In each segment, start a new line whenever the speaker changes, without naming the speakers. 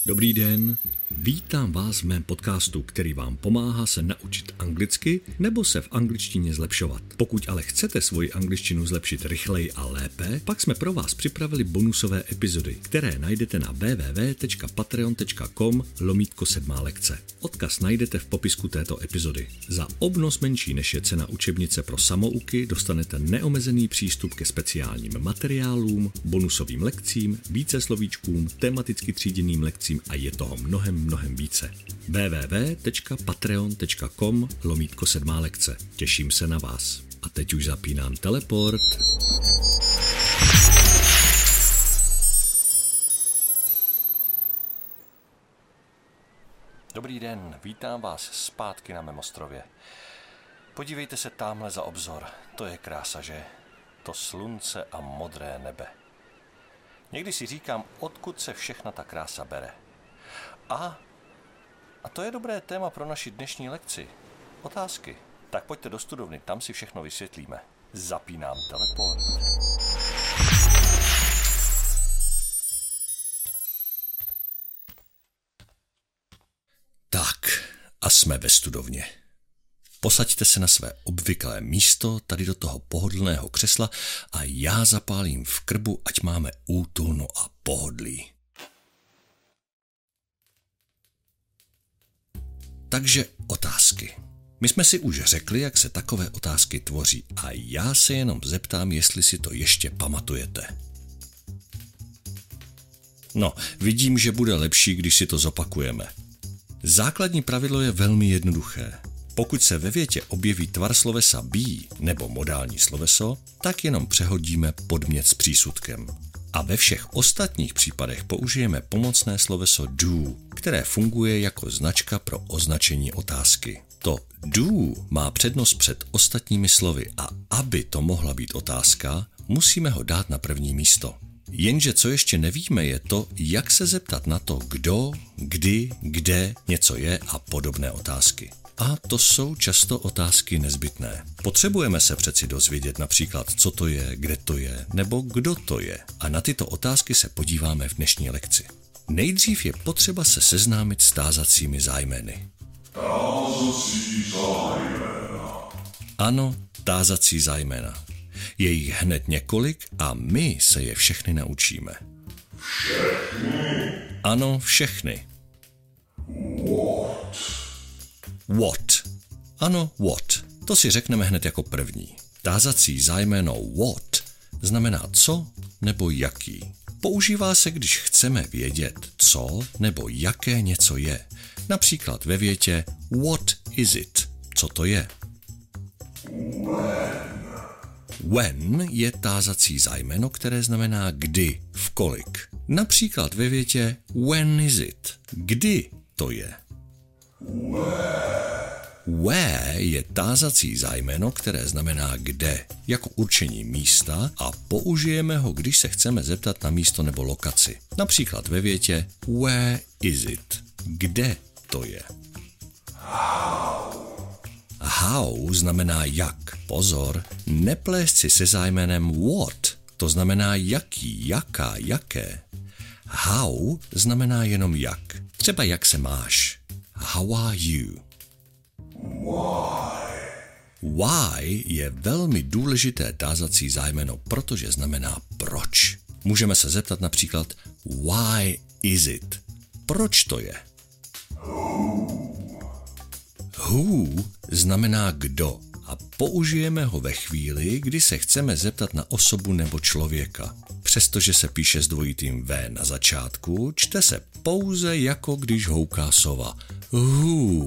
Dobrý den, vítám vás v mém podcastu, který vám pomáhá se naučit anglicky nebo se v angličtině zlepšovat. Pokud ale chcete svoji angličtinu zlepšit rychleji a lépe, pak jsme pro vás připravili bonusové epizody, které najdete na www.patreon.com/7 lekce. Odkaz najdete v popisku této epizody. Za obnos menší než je cena učebnice pro samouky dostanete neomezený přístup ke speciálním materiálům, bonusovým lekcím, více slovíčkům, tematicky tříděným lekcím a je toho mnohem více. www.patreon.com/7 lekce. Těším se na vás. A teď už zapínám teleport.
Dobrý den, vítám vás zpátky na mém ostrově. Podívejte se tamhle za obzor, to je krása, že? To slunce a modré nebe. Někdy si říkám, odkud se všechna ta krása bere. A to je dobré téma pro naši dnešní lekci. Otázky. Tak pojďte do studovny, tam si všechno vysvětlíme. Zapínám teleport.
Tak, a jsme ve studovně. Posaďte se na své obvyklé místo, tady do toho pohodlného křesla a já zapálím v krbu, ať máme útulno a pohodlí. Takže otázky. My jsme si už řekli, jak se takové otázky tvoří a já se jenom zeptám, jestli si to ještě pamatujete. No, vidím, že bude lepší, když si to zopakujeme. Základní pravidlo je velmi jednoduché. Pokud se ve větě objeví tvar slovesa be nebo modální sloveso, tak jenom přehodíme podmět s přísudkem. A ve všech ostatních případech použijeme pomocné sloveso do, které funguje jako značka pro označení otázky. To do má přednost před ostatními slovy a aby to mohla být otázka, musíme ho dát na první místo. Jenže co ještě nevíme je to, jak se zeptat na to, kdo, kdy, kde něco je a podobné otázky. A to jsou často otázky nezbytné. Potřebujeme se přeci dozvědět například, co to je, kde to je, nebo kdo to je. A na tyto otázky se podíváme v dnešní lekci. Nejdřív je potřeba se seznámit s tázacími zájmeny.
Tázací zájmena.
Ano, tázací zájmena. Je jich hned několik a my se je všechny naučíme.
Všechny.
Ano, všechny. What. Ano, what. To si řekneme hned jako první. Tázací zájmeno what znamená co nebo jaký. Používá se, když chceme vědět, co nebo jaké něco je. Například ve větě what is it? Co to je? When je tázací zájmeno, které znamená kdy, v kolik. Například ve větě when is it? Kdy to je? Where je tázací zájmeno, které znamená kde, jako určení místa a použijeme ho, když se chceme zeptat na místo nebo lokaci. Například ve větě where is it? Kde to je? How znamená jak. Pozor, neplést si se zájmenem what, to znamená jaký, jaká, jaké. How znamená jenom jak. Třeba jak se máš. How are you? Why je velmi důležité tázací zájmeno, protože znamená proč. Můžeme se zeptat například why is it? Proč to je? Who znamená kdo a použijeme ho ve chvíli, kdy se chceme zeptat na osobu nebo člověka. Přestože se píše s dvojitým V na začátku, čte se pouze jako když houká sova. Who.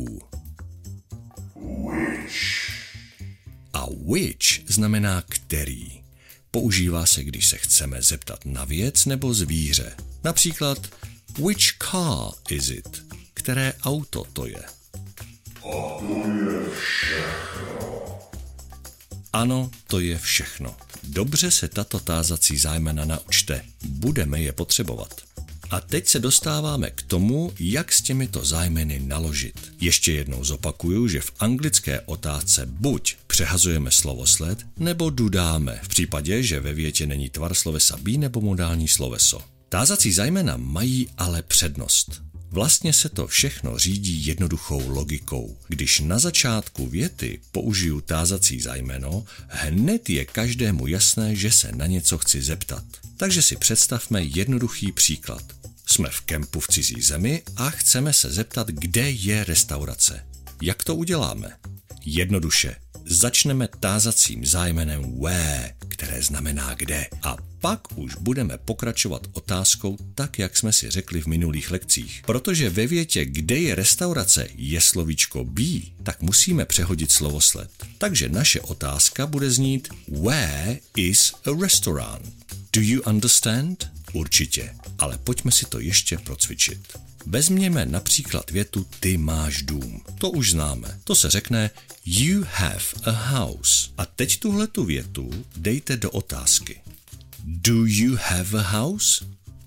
A which znamená který. Používá se, když se chceme zeptat na věc nebo zvíře. Například which car is it? Které auto to je?
A to je všechno.
Ano, to je všechno. Dobře se tato tázací zájmena naučte. Budeme je potřebovat. A teď se dostáváme k tomu, jak s těmito zájmeny naložit. Ještě jednou zopakuju, že v anglické otázce buď přehazujeme slovosled, nebo dudáme, v případě, že ve větě není tvar slovesa be nebo modální sloveso. Tázací zájmena mají ale přednost. Vlastně se to všechno řídí jednoduchou logikou. Když na začátku věty použiju tázací zájmeno, hned je každému jasné, že se na něco chci zeptat. Takže si představme jednoduchý příklad. Jsme v kempu v cizí zemi a chceme se zeptat, kde je restaurace. Jak to uděláme? Jednoduše. Začneme tázacím zájmenem where, které znamená kde. A pak už budeme pokračovat otázkou tak, jak jsme si řekli v minulých lekcích. Protože ve větě, kde je restaurace, je slovíčko be, tak musíme přehodit slovosled. Takže naše otázka bude znít where is a restaurant? Do you understand? Určitě, ale pojďme si to ještě procvičit. Vezměme například větu ty máš dům. To už známe. To se řekne you have a house. A teď tuhletu větu dejte do otázky. Do you have a house?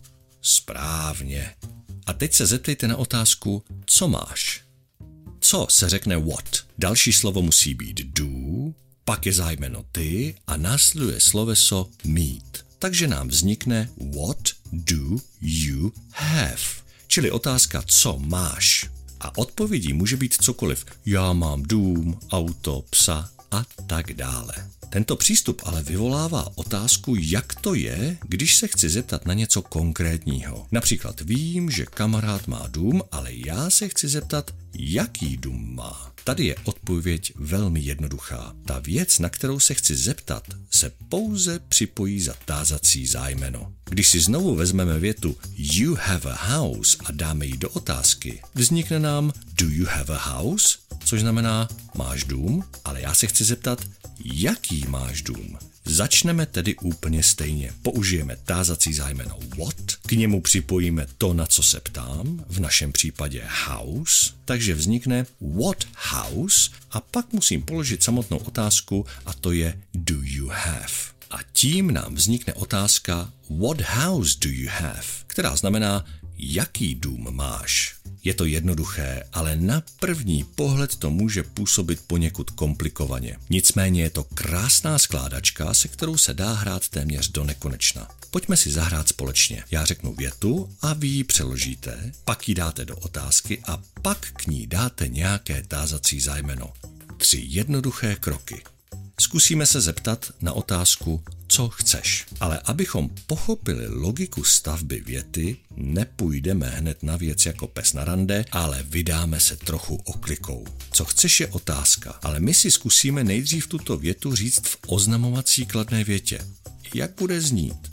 Správně. A teď se zeptejte na otázku, co máš? Co se řekne what? Další slovo musí být do, pak je zájmeno ty a následuje sloveso mít. Takže nám vznikne what do you have? Čili otázka, co máš? A odpovědí může být cokoliv. Já mám dům, auto, psa a tak dále. Tento přístup ale vyvolává otázku, jak to je, když se chci zeptat na něco konkrétního. Například vím, že kamarád má dům, ale já se chci zeptat, jaký dům má. Tady je odpověď velmi jednoduchá. Ta věc, na kterou se chci zeptat, se pouze připojí za tázací zájmeno. Když si znovu vezmeme větu you have a house a dáme ji do otázky, vznikne nám do you have a house, což znamená máš dům, ale já se chci zeptat, jaký máš dům. Začneme tedy úplně stejně. Použijeme tázací zájmeno what, k němu připojíme to, na co se ptám, v našem případě house, takže vznikne what house a pak musím položit samotnou otázku a to je do you have. A tím nám vznikne otázka what house do you have, která znamená jaký dům máš. Je to jednoduché, ale na první pohled to může působit poněkud komplikovaně. Nicméně je to krásná skládačka, se kterou se dá hrát téměř do nekonečna. Pojďme si zahrát společně. Já řeknu větu a vy ji přeložíte, pak ji dáte do otázky a pak k ní dáte nějaké tázací zájmeno. 3 jednoduché kroky. Zkusíme se zeptat na otázku, co chceš. Ale abychom pochopili logiku stavby věty, nepůjdeme hned na věc jako pes na rande, ale vydáme se trochu oklikou. Co chceš je otázka, ale my si zkusíme nejdřív tuto větu říct v oznamovací kladné větě. Jak bude znít?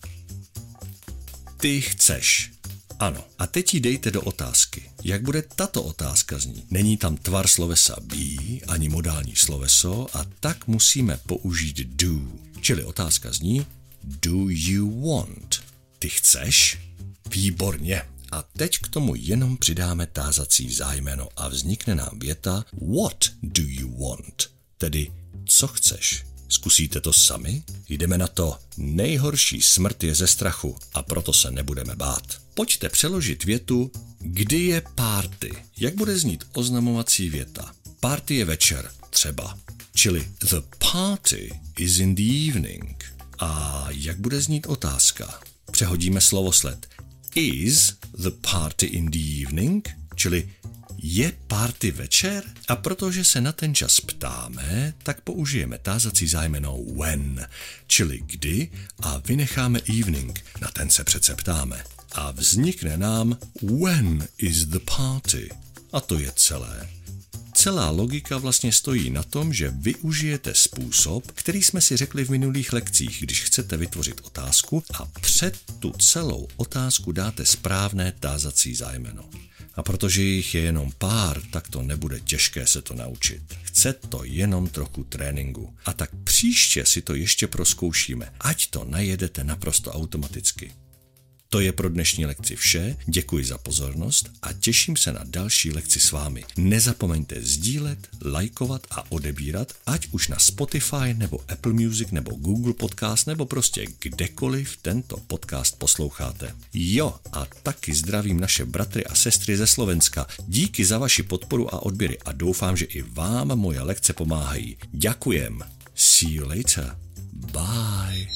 Ty chceš. Ano. A teď ji dejte do otázky. Jak bude tato otázka znít? Není tam tvar slovesa be, ani modální sloveso a tak musíme použít do. Čili otázka zní do you want? Ty chceš? Výborně. A teď k tomu jenom přidáme tázací zájmeno a vznikne nám věta what do you want? Tedy co chceš? Zkusíte to sami? Jdeme na to. Nejhorší smrt je ze strachu a proto se nebudeme bát. Pojďte přeložit větu kdy je party. Jak bude znít oznamovací věta? Party je večer, třeba. Čili the party is in the evening. A jak bude znít otázka? Přehodíme slovosled. Is the party in the evening? Čili je party večer? A protože se na ten čas ptáme, tak použijeme tázací zájmeno when, čili kdy a vynecháme evening, na ten se přece ptáme. A vznikne nám when is the party. A to je celé. Celá logika vlastně stojí na tom, že využijete způsob, který jsme si řekli v minulých lekcích, když chcete vytvořit otázku a před tu celou otázku dáte správné tázací zájmeno. A protože jich je jenom pár, tak to nebude těžké se to naučit. Chce to jenom trochu tréninku. A tak příště si to ještě prozkoušíme, ať to najedete naprosto automaticky. To je pro dnešní lekci vše, děkuji za pozornost a těším se na další lekci s vámi. Nezapomeňte sdílet, lajkovat a odebírat, ať už na Spotify nebo Apple Music nebo Google Podcast nebo prostě kdekoliv tento podcast posloucháte. Jo, a taky zdravím naše bratry a sestry ze Slovenska. Díky za vaši podporu a odběry a doufám, že i vám moje lekce pomáhají. Děkujem. See you later. Bye.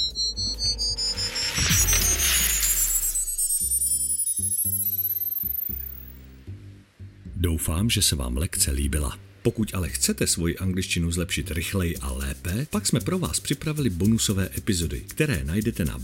Doufám, že se vám lekce líbila. Pokud ale chcete svoji angličtinu zlepšit rychleji a lépe, pak jsme pro vás připravili bonusové epizody, které najdete na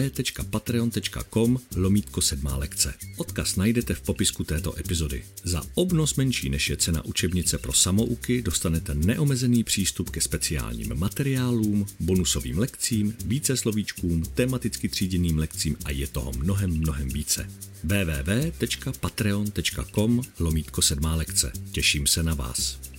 www.patreon.com/7 lekce. Odkaz najdete v popisku této epizody. Za obnos menší než je cena učebnice pro samouky dostanete neomezený přístup ke speciálním materiálům, bonusovým lekcím, více slovíčkům, tematicky tříděným lekcím a je toho mnohem více. www.patreon.com/7 lekce. Těším se na vás.